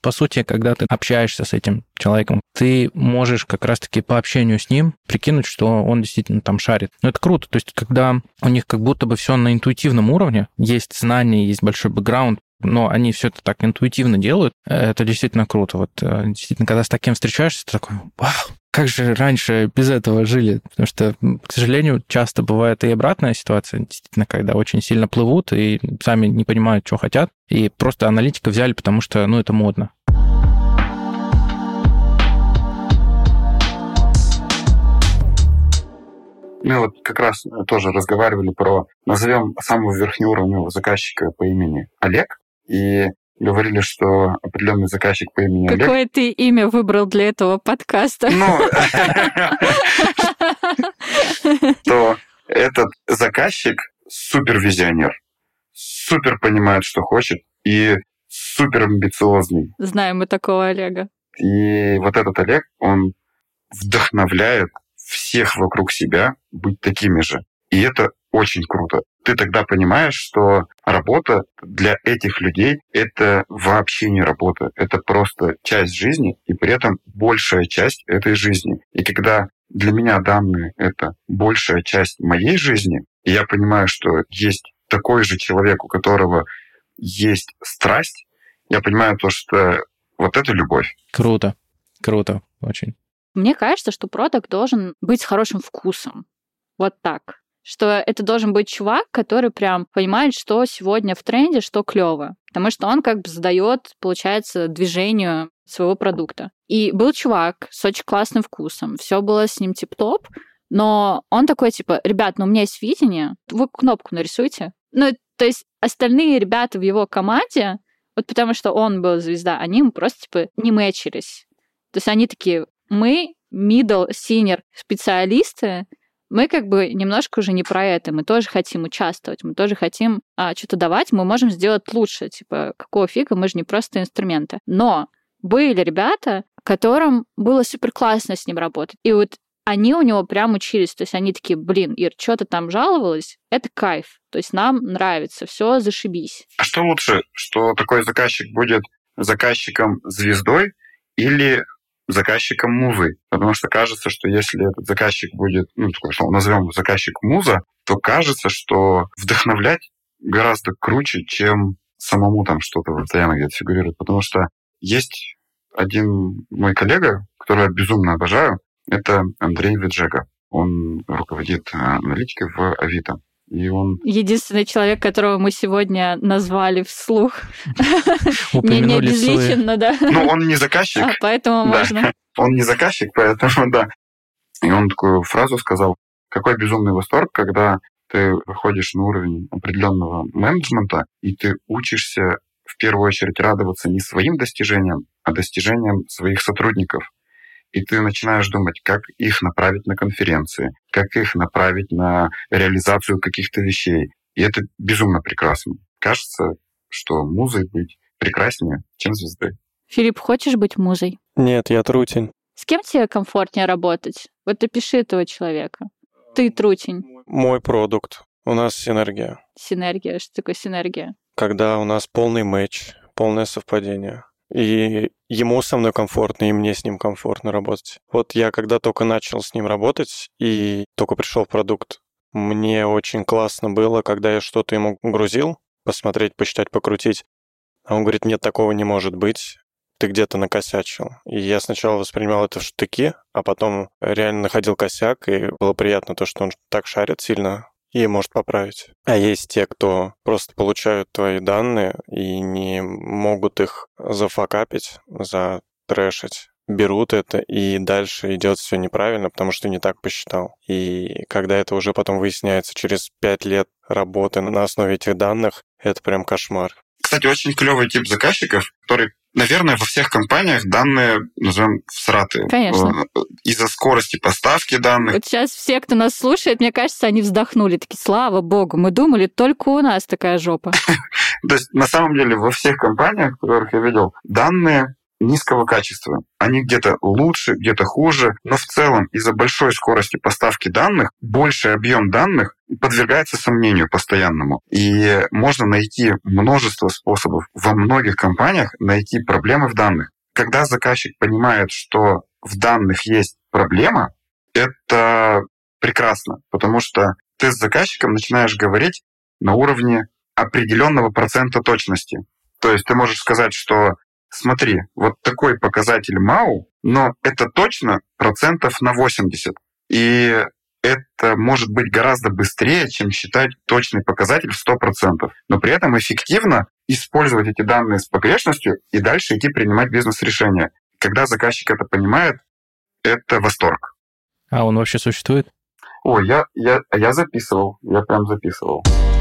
По сути, когда ты общаешься с этим человеком, ты можешь как раз-таки по общению с ним прикинуть, что он действительно там шарит. Но это круто. То есть, когда у них как будто бы все на интуитивном уровне, есть знания, есть большой бэкграунд, но они все это так интуитивно делают, это действительно круто. Вот действительно, когда с таким встречаешься, ты такой, вау, как же раньше без этого жили? Потому что, к сожалению, часто бывает и обратная ситуация, действительно, когда очень сильно плывут и сами не понимают, что хотят, и просто аналитика взяли, потому что, это модно. Мы вот как раз тоже разговаривали про, назовем самого верхнеуровневого заказчика по имени Олег, и говорили, что определенный заказчик по имени Олег... Какое ты имя выбрал для этого подкаста? То этот заказчик супервизионер, супер понимает, что хочет, и супер амбициозный. Знаем мы такого Олега. И вот этот Олег, он вдохновляет всех вокруг себя быть такими же. И это очень круто. Ты тогда понимаешь, что работа для этих людей — это вообще не работа. Это просто часть жизни, и при этом большая часть этой жизни. И когда для меня данные — это большая часть моей жизни, и я понимаю, что есть такой же человек, у которого есть страсть, я понимаю то, что вот это любовь. Круто. Круто. Очень. Мне кажется, что продакт должен быть с хорошим вкусом. Вот так. Что это должен быть чувак, который прям понимает, что сегодня в тренде, что клево. Потому что он как бы задает, получается, движению своего продукта. И был чувак с очень классным вкусом. Все было с ним тип-топ, но он такой, типа, ребят, у меня есть видение, вы кнопку нарисуйте. То есть остальные ребята в его команде, вот потому что он был звезда, они ему просто, типа, не мэчились. То есть они такие, мы middle, senior специалисты, мы как бы немножко уже не про это, мы тоже хотим участвовать, мы тоже хотим что-то давать, мы можем сделать лучше, типа, какого фига, мы же не просто инструменты. Но были ребята, которым было супер классно с ним работать, и вот они у него прям учились, то есть они такие, Ир, что ты там жаловалась? Это кайф, то есть нам нравится, все, зашибись. А что лучше, что такой заказчик будет заказчиком-звездой или заказчиком музы? Потому что кажется, что если этот заказчик будет, назовем его заказчик муза, то кажется, что вдохновлять гораздо круче, чем самому там что-то постоянно где-то фигурирует. Потому что есть один мой коллега, которого я безумно обожаю, это Андрей Виджега. Он руководит аналитикой в Авито. И он... Единственный человек, которого мы сегодня назвали вслух. Не обезличенно, да. Он не заказчик. Поэтому можно. Он не заказчик, поэтому да. И он такую фразу сказал: какой безумный восторг, когда ты выходишь на уровень определенного менеджмента, и ты учишься в первую очередь радоваться не своим достижениям, а достижениям своих сотрудников. И ты начинаешь думать, как их направить на конференции, как их направить на реализацию каких-то вещей. И это безумно прекрасно. Кажется, что музой быть прекраснее, чем звездой. Филипп, хочешь быть музой? Нет, я трутень. С кем тебе комфортнее работать? Вот опиши этого человека. Ты трутень. Мой продукт. У нас синергия. Синергия. Что такое синергия? Когда у нас полный матч, полное совпадение. И ему со мной комфортно, и мне с ним комфортно работать. Вот я когда только начал с ним работать и только пришел в продукт, мне очень классно было, когда я что-то ему грузил, посмотреть, посчитать, покрутить. А он говорит, нет, такого не может быть, ты где-то накосячил. И я сначала воспринимал это в штыки, а потом реально находил косяк, и было приятно то, что он так шарит сильно и может поправить. А есть те, кто просто получают твои данные и не могут их зафакапить, затрэшить. Берут это, и дальше идет все неправильно, потому что не так посчитал. И когда это уже потом выясняется через 5 лет работы на основе этих данных, это прям кошмар. Кстати, очень клевый тип заказчиков, который, наверное, во всех компаниях данные, назовем, всратые. Конечно. Из-за скорости поставки данных. Вот сейчас все, кто нас слушает, мне кажется, они вздохнули. Такие, слава богу, мы думали, только у нас такая жопа. То есть, на самом деле, во всех компаниях, в которых я видел, данные низкого качества. Они где-то лучше, где-то хуже, но в целом из-за большой скорости поставки данных, больший объем данных подвергается сомнению постоянному. И можно найти множество способов во многих компаниях найти проблемы в данных. Когда заказчик понимает, что в данных есть проблема, это прекрасно, потому что ты с заказчиком начинаешь говорить на уровне определенного процента точности. То есть ты можешь сказать, что смотри, вот такой показатель МАУ, но это точно процентов на 80. И это может быть гораздо быстрее, чем считать точный показатель в 100%. Но при этом эффективно использовать эти данные с погрешностью и дальше идти принимать бизнес-решения. Когда заказчик это понимает, это восторг. А он вообще существует? Ой, я записывал, я прям записывал.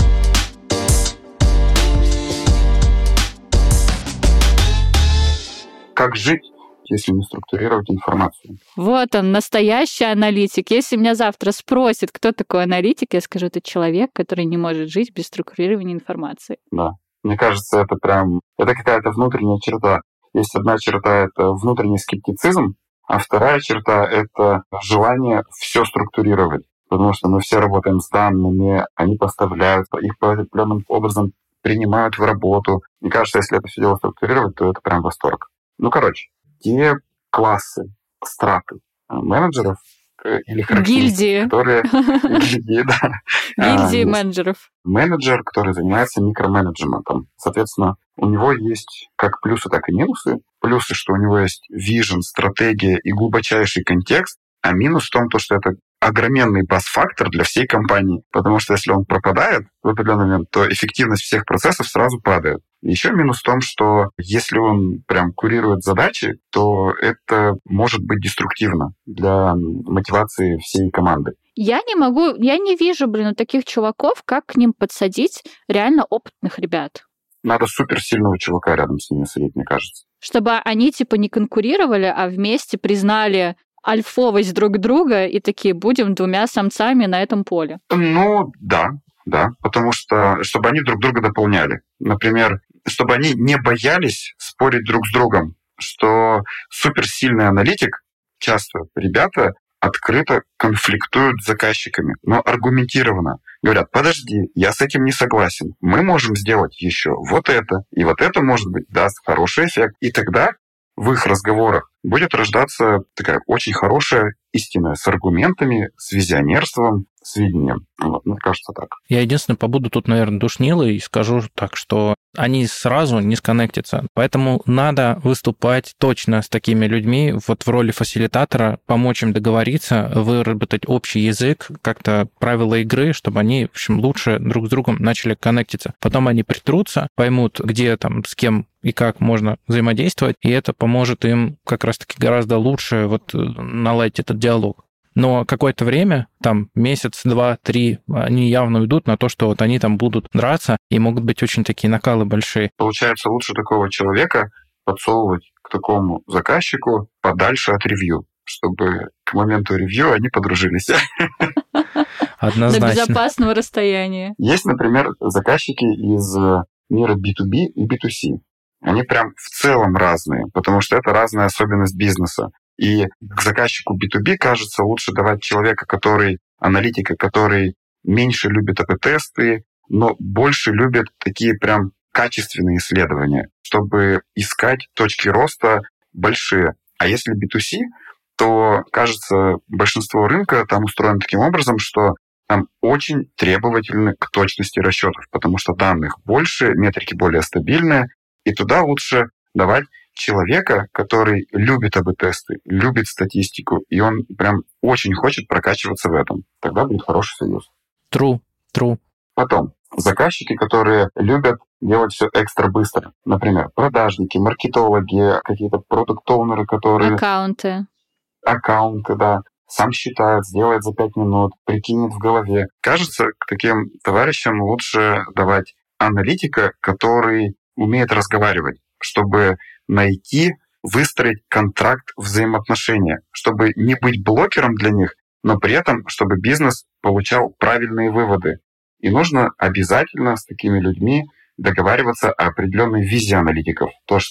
Как жить, если не структурировать информацию? Вот он, настоящий аналитик. Если меня завтра спросят, кто такой аналитик, я скажу, это человек, который не может жить без структурирования информации. Да. Мне кажется, это какая-то внутренняя черта. Есть одна черта — это внутренний скептицизм, а вторая черта — это желание все структурировать. Потому что мы все работаем с данными, они поставляют, их по определенным образом принимают в работу. Мне кажется, если это все дело структурировать, то это прям восторг. Те классы, страты менеджеров или гильдии, которые... Гильдии, да. Гильдии менеджеров. Менеджер, который занимается микроменеджментом. Соответственно, у него есть как плюсы, так и минусы. Плюсы, что у него есть вижен, стратегия и глубочайший контекст, а минус в том, что это огроменный бас-фактор для всей компании. Потому что если он пропадает в определенный момент, то эффективность всех процессов сразу падает. Еще минус в том, что если он прям курирует задачи, то это может быть деструктивно для мотивации всей команды. Я не вижу, у таких чуваков, как к ним подсадить реально опытных ребят. Надо суперсильного чувака рядом с ними сидеть, мне кажется. Чтобы они не конкурировали, а вместе признали альфовость друг друга и такие, будем двумя самцами на этом поле. Да, потому что, чтобы они друг друга дополняли. Например, чтобы они не боялись спорить друг с другом, что суперсильный аналитик, часто ребята открыто конфликтуют с заказчиками, но аргументированно. Говорят, подожди, я с этим не согласен, мы можем сделать еще вот это, и вот это, может быть, даст хороший эффект. И тогда в их разговорах будет рождаться такая очень хорошая истина с аргументами, с визионерством, с видением. Мне кажется, так. Я единственное побуду тут, наверное, душнилой и скажу так, что они сразу не сконнектятся. Поэтому надо выступать точно с такими людьми, в роли фасилитатора, помочь им договориться, выработать общий язык, как-то правила игры, чтобы они, в общем, лучше друг с другом начали коннектиться. Потом они притрутся, поймут, где с кем и как можно взаимодействовать, и это поможет им как раз-таки гораздо лучше наладить этот диалог. Но какое-то время, месяц, 2, 3, они явно уйдут на то, что они будут драться, и могут быть очень такие накалы большие. Получается, лучше такого человека подсовывать к такому заказчику подальше от ревью, чтобы к моменту ревью они подружились. Однозначно. До безопасного расстояния. Есть, например, заказчики из мира B2B и B2C. Они прям в целом разные, потому что это разная особенность бизнеса. И к заказчику B2B, кажется, лучше давать человека, аналитика, который меньше любит АБ-тесты, но больше любит такие прям качественные исследования, чтобы искать точки роста большие. А если B2C, то, кажется, большинство рынка там устроено таким образом, что там очень требовательны к точности расчетов, потому что данных больше, метрики более стабильные, и туда лучше давать человека, который любит АБ-тесты, любит статистику, и он прям очень хочет прокачиваться в этом. Тогда будет хороший союз. True. Потом, заказчики, которые любят делать все экстра быстро. Например, продажники, маркетологи, какие-то продукт-оунеры, которые... Аккаунты, да. Сам считает, сделает за 5 минут, прикинет в голове. Кажется, к таким товарищам лучше давать аналитика, который умеет разговаривать, чтобы найти, выстроить контракт взаимоотношения, чтобы не быть блокером для них, но при этом, чтобы бизнес получал правильные выводы. И нужно обязательно с такими людьми договариваться о определенной визе аналитиков. То, что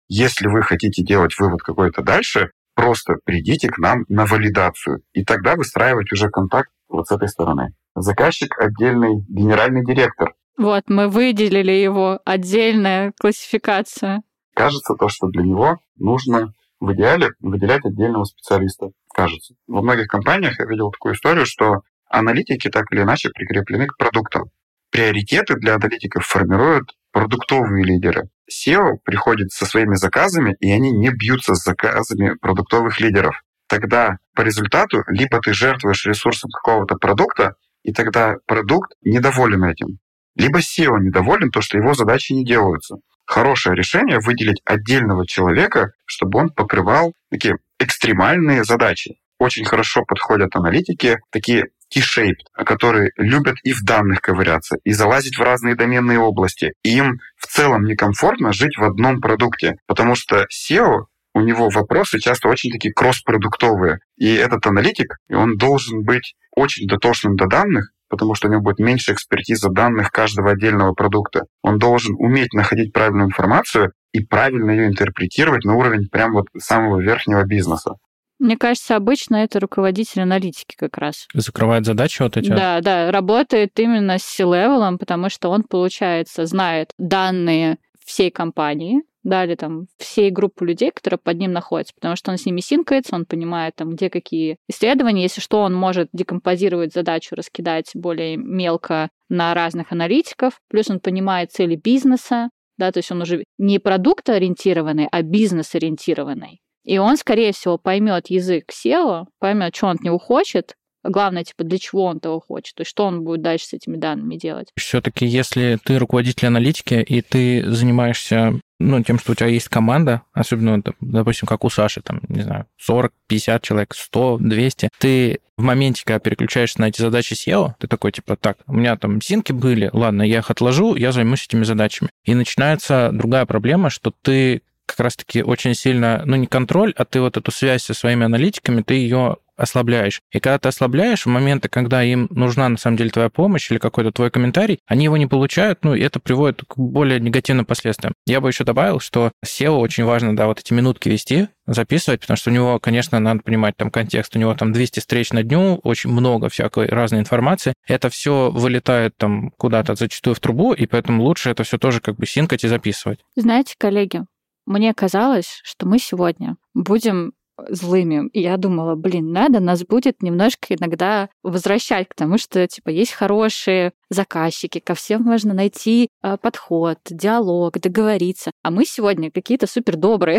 Если вы хотите делать вывод какой-то дальше, просто придите к нам на валидацию, и тогда выстраивать уже контакт вот с этой стороны. Заказчик — отдельный генеральный директор. Вот, мы выделили его, отдельная классификация. Кажется, то, что для него нужно в идеале выделять отдельного специалиста. Кажется. Во многих компаниях я видел такую историю, что аналитики так или иначе прикреплены к продуктам. Приоритеты для аналитиков формируют продуктовые лидеры. SEO приходит со своими заказами, и они не бьются с заказами продуктовых лидеров. Тогда по результату либо ты жертвуешь ресурсом какого-то продукта, и тогда продукт недоволен этим. Либо SEO недоволен, то, что его задачи не делаются. Хорошее решение — выделить отдельного человека, чтобы он покрывал такие экстремальные задачи. Очень хорошо подходят аналитики, такие T-shaped, которые любят и в данных ковыряться, и залазить в разные доменные области. И им в целом некомфортно жить в одном продукте, потому что SEO, у него вопросы часто очень такие кросс-продуктовые. И этот аналитик, он должен быть очень дотошным до данных, потому что у него будет меньше экспертизы данных каждого отдельного продукта. Он должен уметь находить правильную информацию и правильно ее интерпретировать на уровень прям вот самого верхнего бизнеса. Мне кажется, обычно это руководитель аналитики как раз. Закрывает задачи вот эти? Да, работает именно с C-левелом, потому что он, получается, знает данные всей компании, да, или там всей группы людей, которые под ним находятся, потому что он с ними синкается, он понимает, там, где какие исследования, если что, он может декомпозировать задачу, раскидать более мелко на разных аналитиков, плюс он понимает цели бизнеса, да, то есть он уже не продуктоориентированный, а бизнес-ориентированный. И он, скорее всего, поймет язык SEO, поймет, что он от него хочет, главное, типа, для чего он того хочет, то есть что он будет дальше с этими данными делать. Все-таки, если ты руководитель аналитики, и ты занимаешься тем, что у тебя есть команда, особенно, допустим, как у Саши, там, не знаю, 40, 50 человек, 100, 200, ты в моменте, когда переключаешься на эти задачи SEO, ты такой, типа, так, у меня там синки были, ладно, я их отложу, я займусь этими задачами. И начинается другая проблема, что ты как раз-таки очень сильно, не контроль, а ты вот эту связь со своими аналитиками, ты ее ослабляешь. И когда ты ослабляешь, в моменты, когда им нужна на самом деле твоя помощь или какой-то твой комментарий, они его не получают, и это приводит к более негативным последствиям. Я бы еще добавил, что SEO очень важно, да, вот эти минутки вести, записывать, потому что у него, конечно, надо понимать там контекст, у него там 200 встреч на дню, очень много всякой разной информации. Это все вылетает там куда-то зачастую в трубу, и поэтому лучше это все тоже как бы синкать и записывать. Знаете, коллеги, мне казалось, что мы сегодня будем злыми. И я думала, нас будет немножко иногда возвращать к тому, что, типа, есть хорошие заказчики, ко всем можно найти подход, диалог, договориться. А мы сегодня какие-то супер добрые.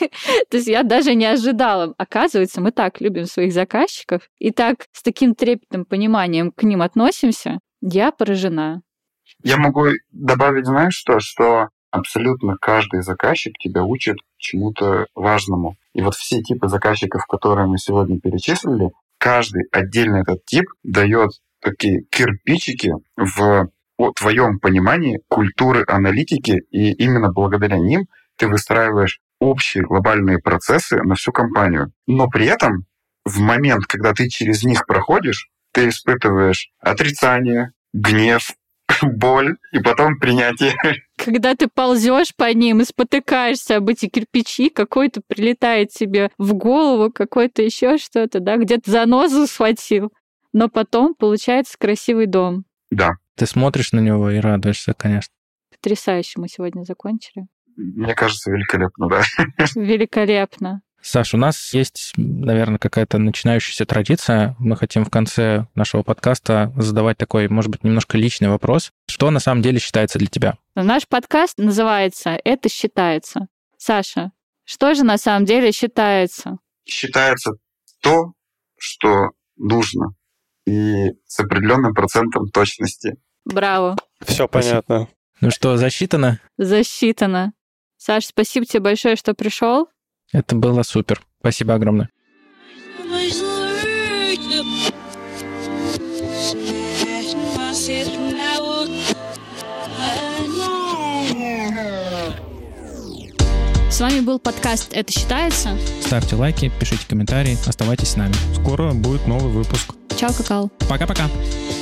То есть я даже не ожидала. Оказывается, мы так любим своих заказчиков и так с таким трепетным пониманием к ним относимся. Я поражена. Я могу добавить, знаешь что абсолютно каждый заказчик тебя учит чему-то важному. И вот все типы заказчиков, которые мы сегодня перечислили, каждый отдельно этот тип дает такие кирпичики в твоем понимании культуры аналитики, и именно благодаря ним ты выстраиваешь общие глобальные процессы на всю компанию. Но при этом в момент, когда ты через них проходишь, ты испытываешь отрицание, гнев, боль и потом принятие. Когда ты ползешь по ним и спотыкаешься об эти кирпичи, какой-то прилетает тебе в голову, какой-то еще что-то, да, где-то занозу схватил, но потом получается красивый дом. Да. Ты смотришь на него и радуешься, конечно. Потрясающе мы сегодня закончили. Мне кажется, великолепно, да. Великолепно. Саш, у нас есть, наверное, какая-то начинающаяся традиция. Мы хотим в конце нашего подкаста задавать такой, может быть, немножко личный вопрос. Что на самом деле считается для тебя? Наш подкаст называется «Это считается». Саша, что же на самом деле считается? Считается то, что нужно, и с определенным процентом точности. Браво. Все понятно. Ну что, засчитано? Засчитано. Саш, спасибо тебе большое, что пришел. Это было супер. Спасибо огромное. С вами был подкаст «Это считается». Ставьте лайки, пишите комментарии, оставайтесь с нами. Скоро будет новый выпуск. Чао, какао. Пока-пока.